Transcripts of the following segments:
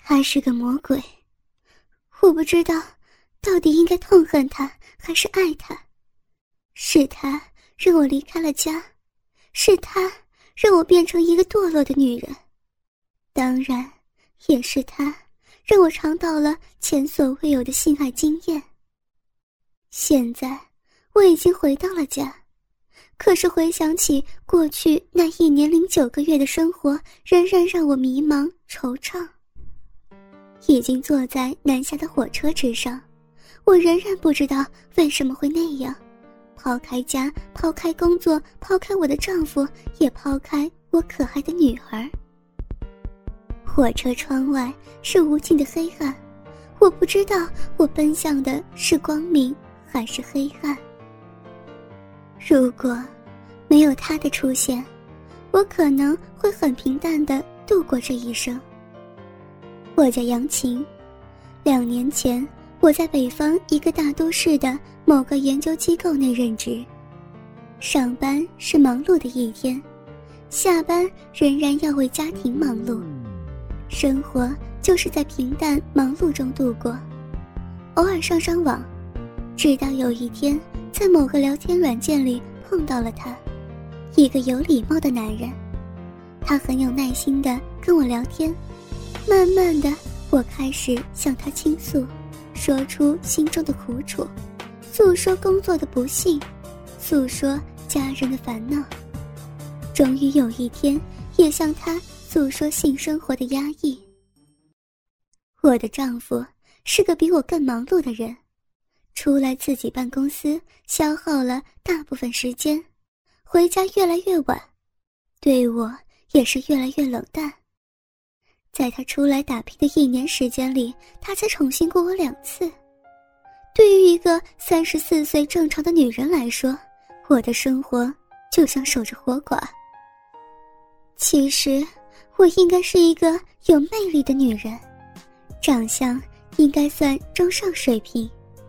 他是个魔鬼，我不知道到底应该痛恨他还是爱他。是他让我离开了家，是他让我变成一个堕落的女人，当然也是他让我尝到了前所未有的性爱经验。现在我已经回到了家，可是回想起过去那1年09个月的生活，仍然让我迷茫惆怅。已经坐在南下的火车之上，我仍然不知道为什么会那样，抛开家，抛开工作，抛开我的丈夫，也抛开我可爱的女儿。火车窗外是无尽的黑暗，我不知道我奔向的是光明还是黑暗。如果没有他的出现，我可能会很平淡地度过这一生。我叫杨晴，2年前我在北方一个大都市的某个研究机构内任职，上班是忙碌的一天，下班仍然要为家庭忙碌，生活就是在平淡忙碌中度过，偶尔上上网，直到有一天在某个聊天软件里碰到了他，一个有礼貌的男人。他很有耐心地跟我聊天，慢慢的我开始向他倾诉，说出心中的苦楚，诉说工作的不幸，诉说家人的烦恼，终于有一天也向他诉说性生活的压抑。我的丈夫是个比我更忙碌的人，出来自己办公司消耗了大部分时间，回家越来越晚，对我也是越来越冷淡。在他出来打拼的1年时间里，他才宠幸过我2次。对于一个34岁正常的女人来说，我的生活就像守着活寡。其实我应该是一个有魅力的女人，长相应该算中上水平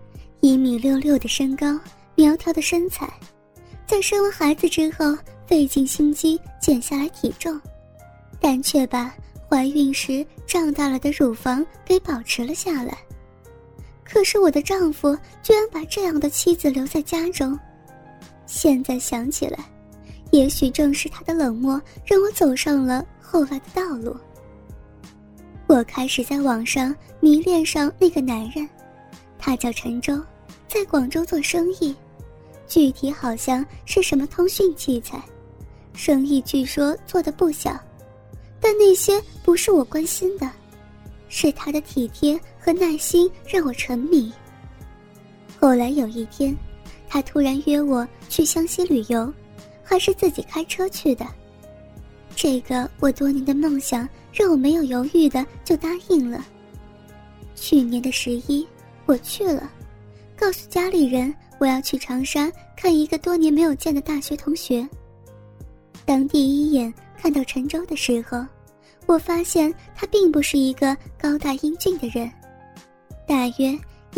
，1.66米的身高，苗条的身材，在生完孩子之后费尽心机减下来体重，但却把怀孕时胀大了的乳房给保持了下来。可是我的丈夫居然把这样的妻子留在家中，现在想起来，也许正是他的冷漠让我走上了后来的道路。我开始在网上迷恋上那个男人，他叫陈舟，在广州做生意，具体好像是什么通讯器材，生意据说做得不小，但那些不是我关心的，是他的体贴和耐心让我沉迷。后来有一天，他突然约我去湘西旅游，还是自己开车去的。这个我多年的梦想让我没有犹豫的就答应了。去年的11，我去了，告诉家里人我要去长沙看一个多年没有见的大学同学。当第一眼看到陈舟的时候，我发现他并不是一个高大英俊的人，大约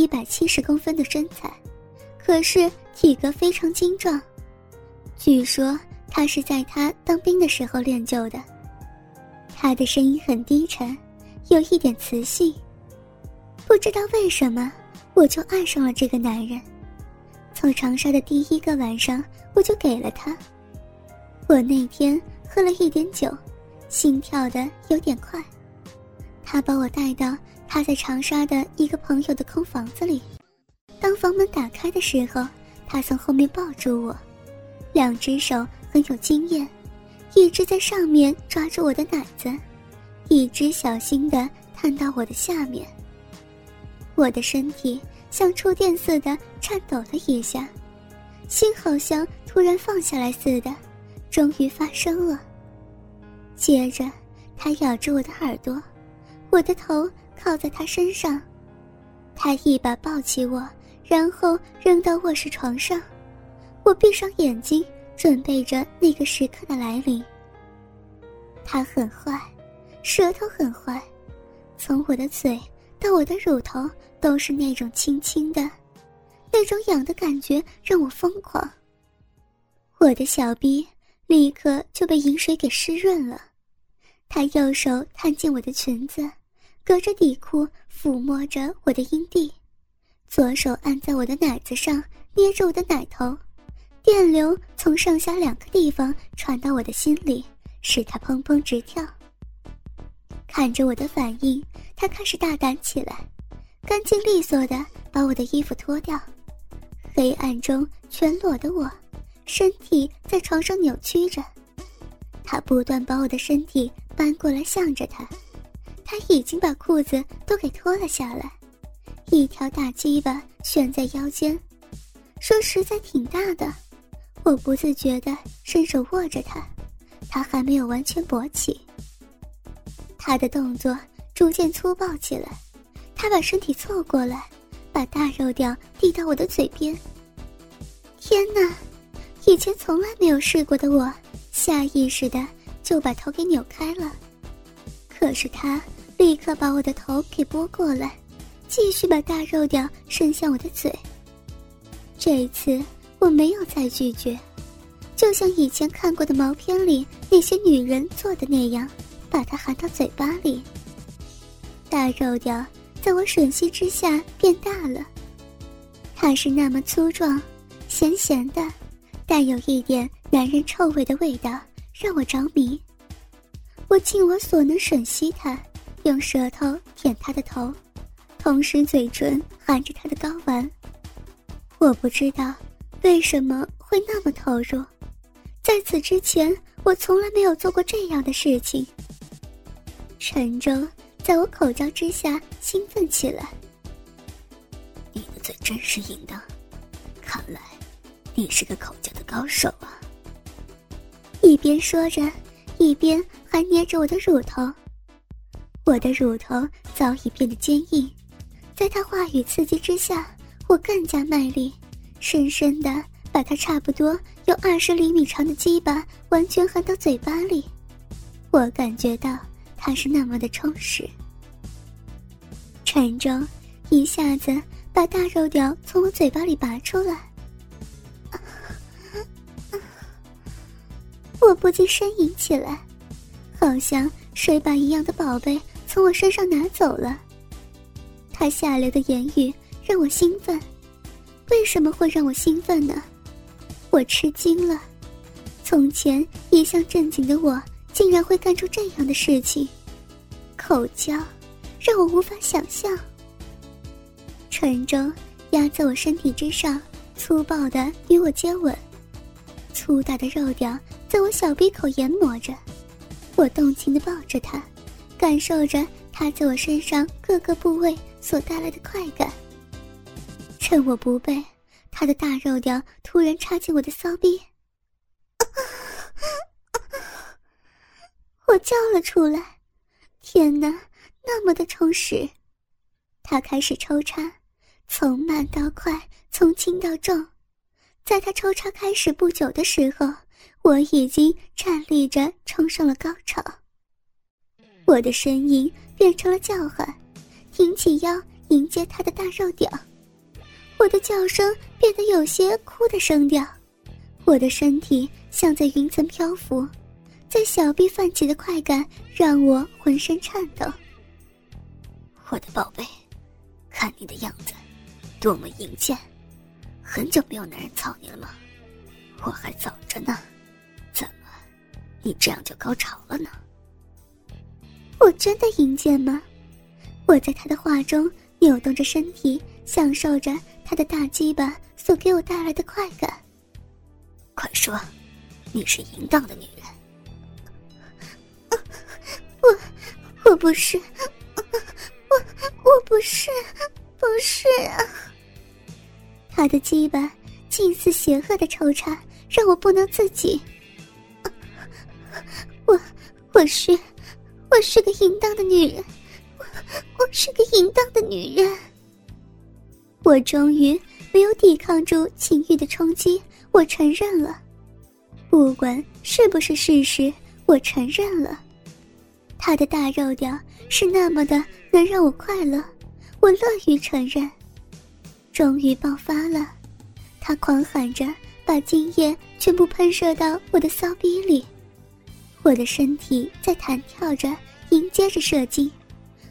170公分的身材，可是体格非常精壮。据说他是在他当兵的时候练就的。他的声音很低沉，有一点磁性。不知道为什么，我就爱上了这个男人。从长沙的第1个晚上，我就给了他。我那天喝了一点酒，心跳得有点快。他把我带到他在长沙的一个朋友的空房子里。当房门打开的时候，他从后面抱住我，2只手很有经验，一只在上面抓住我的奶子，一只小心地探到我的下面。我的身体像触电似的颤抖了一下，心好像突然放下来似的，终于发声了。接着他咬住我的耳朵，我的头靠在他身上，他一把抱起我，然后扔到卧室床上。我闭上眼睛，准备着那个时刻的来临。他很坏，舌头很坏，从我的嘴到我的乳头都是那种轻轻的，那种痒的感觉让我疯狂。我的小臂立刻就被饮水给湿润了。他右手探进我的裙子， 隔着底裤抚摸着我的阴蒂，左手按在我的奶子上，捏着我的奶头，电流从上下2个地方传到我的心里，使它砰砰直跳。看着我的反应，他开始大胆起来，干净利索地把我的衣服脱掉。黑暗中全裸的我，身体在床上扭曲着，他不断把我的身体搬过来向着他。他已经把裤子都给脱了下来，一条大鸡巴悬在腰间，说实在挺大的。我不自觉地伸手握着它，它还没有完全勃起。他的动作逐渐粗暴起来，他把身体凑过来，把大肉屌递到我的嘴边。天哪，以前从来没有试过的我，下意识的就把头给扭开了。可是他立刻把我的头给拨过来，继续把大肉屌伸向我的嘴。这一次我没有再拒绝，就像以前看过的毛片里那些女人做的那样，把它含到嘴巴里。大肉屌在我吮吸之下变大了，它是那么粗壮，咸咸的，带有一点男人臭味的味道，让我着迷。我尽我所能吮吸它，用舌头舔它的头，同时嘴唇含着它的睾丸。我不知道为什么会那么投入，在此之前我从来没有做过这样的事情。陈州在我口交之下兴奋起来。 你的嘴真是硬的，看来你是个口交的高手啊。 一边说着，一边还捏着我的乳头。我的乳头早已变得坚硬，在他话语刺激之下，我更加卖力，深深地把他差不多有20厘米长的鸡巴完全含到嘴巴里。我感觉到它是那么的充实。陈州一下子把大肉屌从我嘴巴里拔出来，我不禁呻吟起来，好像水把一样的宝贝从我身上拿走了。他下流的言语让我兴奋，为什么会让我兴奋呢？我吃惊了，从前一向正经的我竟然会干出这样的事情。口交让我无法想象。陈州压在我身体之上，粗暴地与我接吻，粗大的肉屌在我小鼻口研磨着。我动情地抱着他，感受着他在我身上各个部位所带来的快感。趁我不备，他的大肉屌突然插进我的骚逼，我叫了出来。天哪，那么的充实。他开始抽插，从慢到快，从轻到重。在他抽插开始不久的时候，我已经站立着冲上了高潮。我的声音变成了叫喊，挺起腰迎接他的大肉屌。我的叫声变得有些哭的声调，我的身体像在云层漂浮，在小臂泛起的快感让我浑身颤抖。 我的宝贝，看你的样子多么淫贱，很久没有男人操你了吗？我还早着呢，怎么你这样就高潮了呢？ 我真的淫贱吗？我在他的话中扭动着身体，享受着他的大鸡巴所给我带来的快感。 快说，你是淫荡的女人。 我不是，我不是啊！他的鸡巴近似邪恶的抽插，让我不能自己。我是个淫荡的女人，我是个淫荡的女人。我终于没有抵抗住情欲的冲击，我承认了。不管是不是事实，我承认了。他的大肉屌是那么的能让我快乐，我乐于承认。终于爆发了，他狂喊着把精液全部喷射到我的骚逼里。我的身体在弹跳着迎接着射精，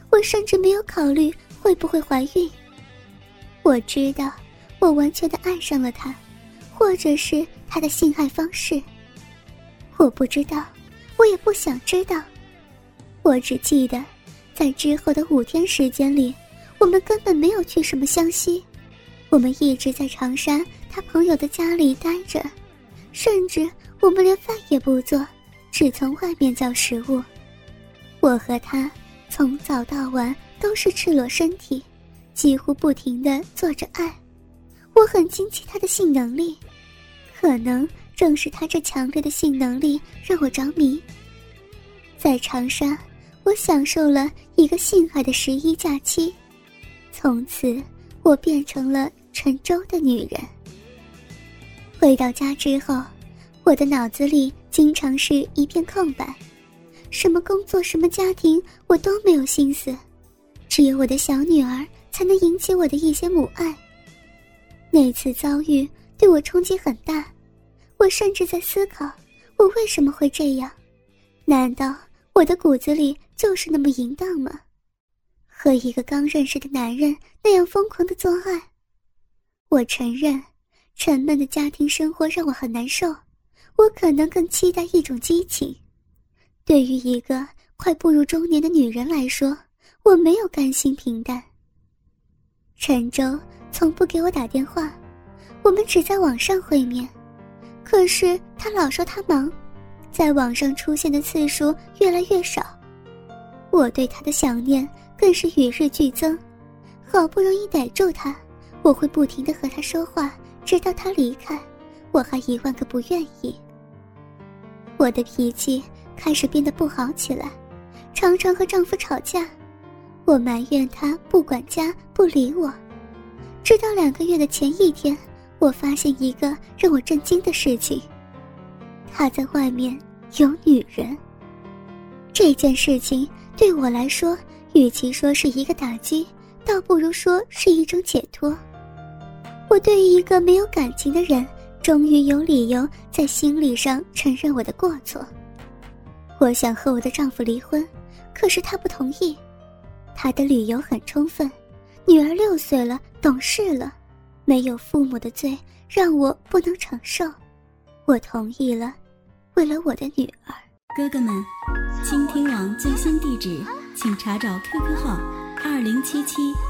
我甚至没有考虑会不会怀孕。我知道我完全的爱上了他，或者是他的性爱方式。我不知道，我也不想知道。我只记得在之后的5天时间里，我们根本没有去什么湘西，我们一直在长沙他朋友的家里待着，甚至我们连饭也不做，只从外面叫食物。我和他从早到晚都是赤裸身体，几乎不停地做着爱。我很惊奇他的性能力，可能正是他这强烈的性能力让我着迷。在长沙，我享受了一个性爱的11假期，从此我变成了陈州的女人。回到家之后，我的脑子里经常是一片空白，什么工作什么家庭我都没有心思，只有我的小女儿才能引起我的一些母爱。那次遭遇对我冲击很大，我甚至在思考我为什么会这样，难道我的骨子里就是那么淫荡吗？和一个刚认识的男人那样疯狂地做爱。我承认沉闷的家庭生活让我很难受，我可能更期待一种激情。对于一个快步入中年的女人来说，我没有甘心平淡。陈州从不给我打电话，我们只在网上会面，可是他老说他忙，在网上出现的次数越来越少。我对他的想念更是与日俱增，好不容易逮住他，我会不停地和他说话，直到他离开，我还10000个不愿意。我的脾气开始变得不好起来，常常和丈夫吵架，我埋怨他不管家不理我。直到2个月的前1天，我发现一个让我震惊的事情，他在外面有女人。这件事情对我来说，与其说是一个打击，倒不如说是一种解脱。我对于一个没有感情的人，终于有理由在心理上承认我的过错。我想和我的丈夫离婚，可是他不同意。他的理由很充分，女儿6岁了，懂事了，没有父母的罪让我不能承受。我同意了，为了我的女儿。 哥哥们，倾听网最新地址请查找 QQ 号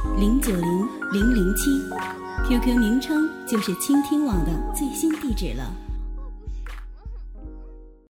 2077090007，QQ 名称就是倾听网的最新地址了。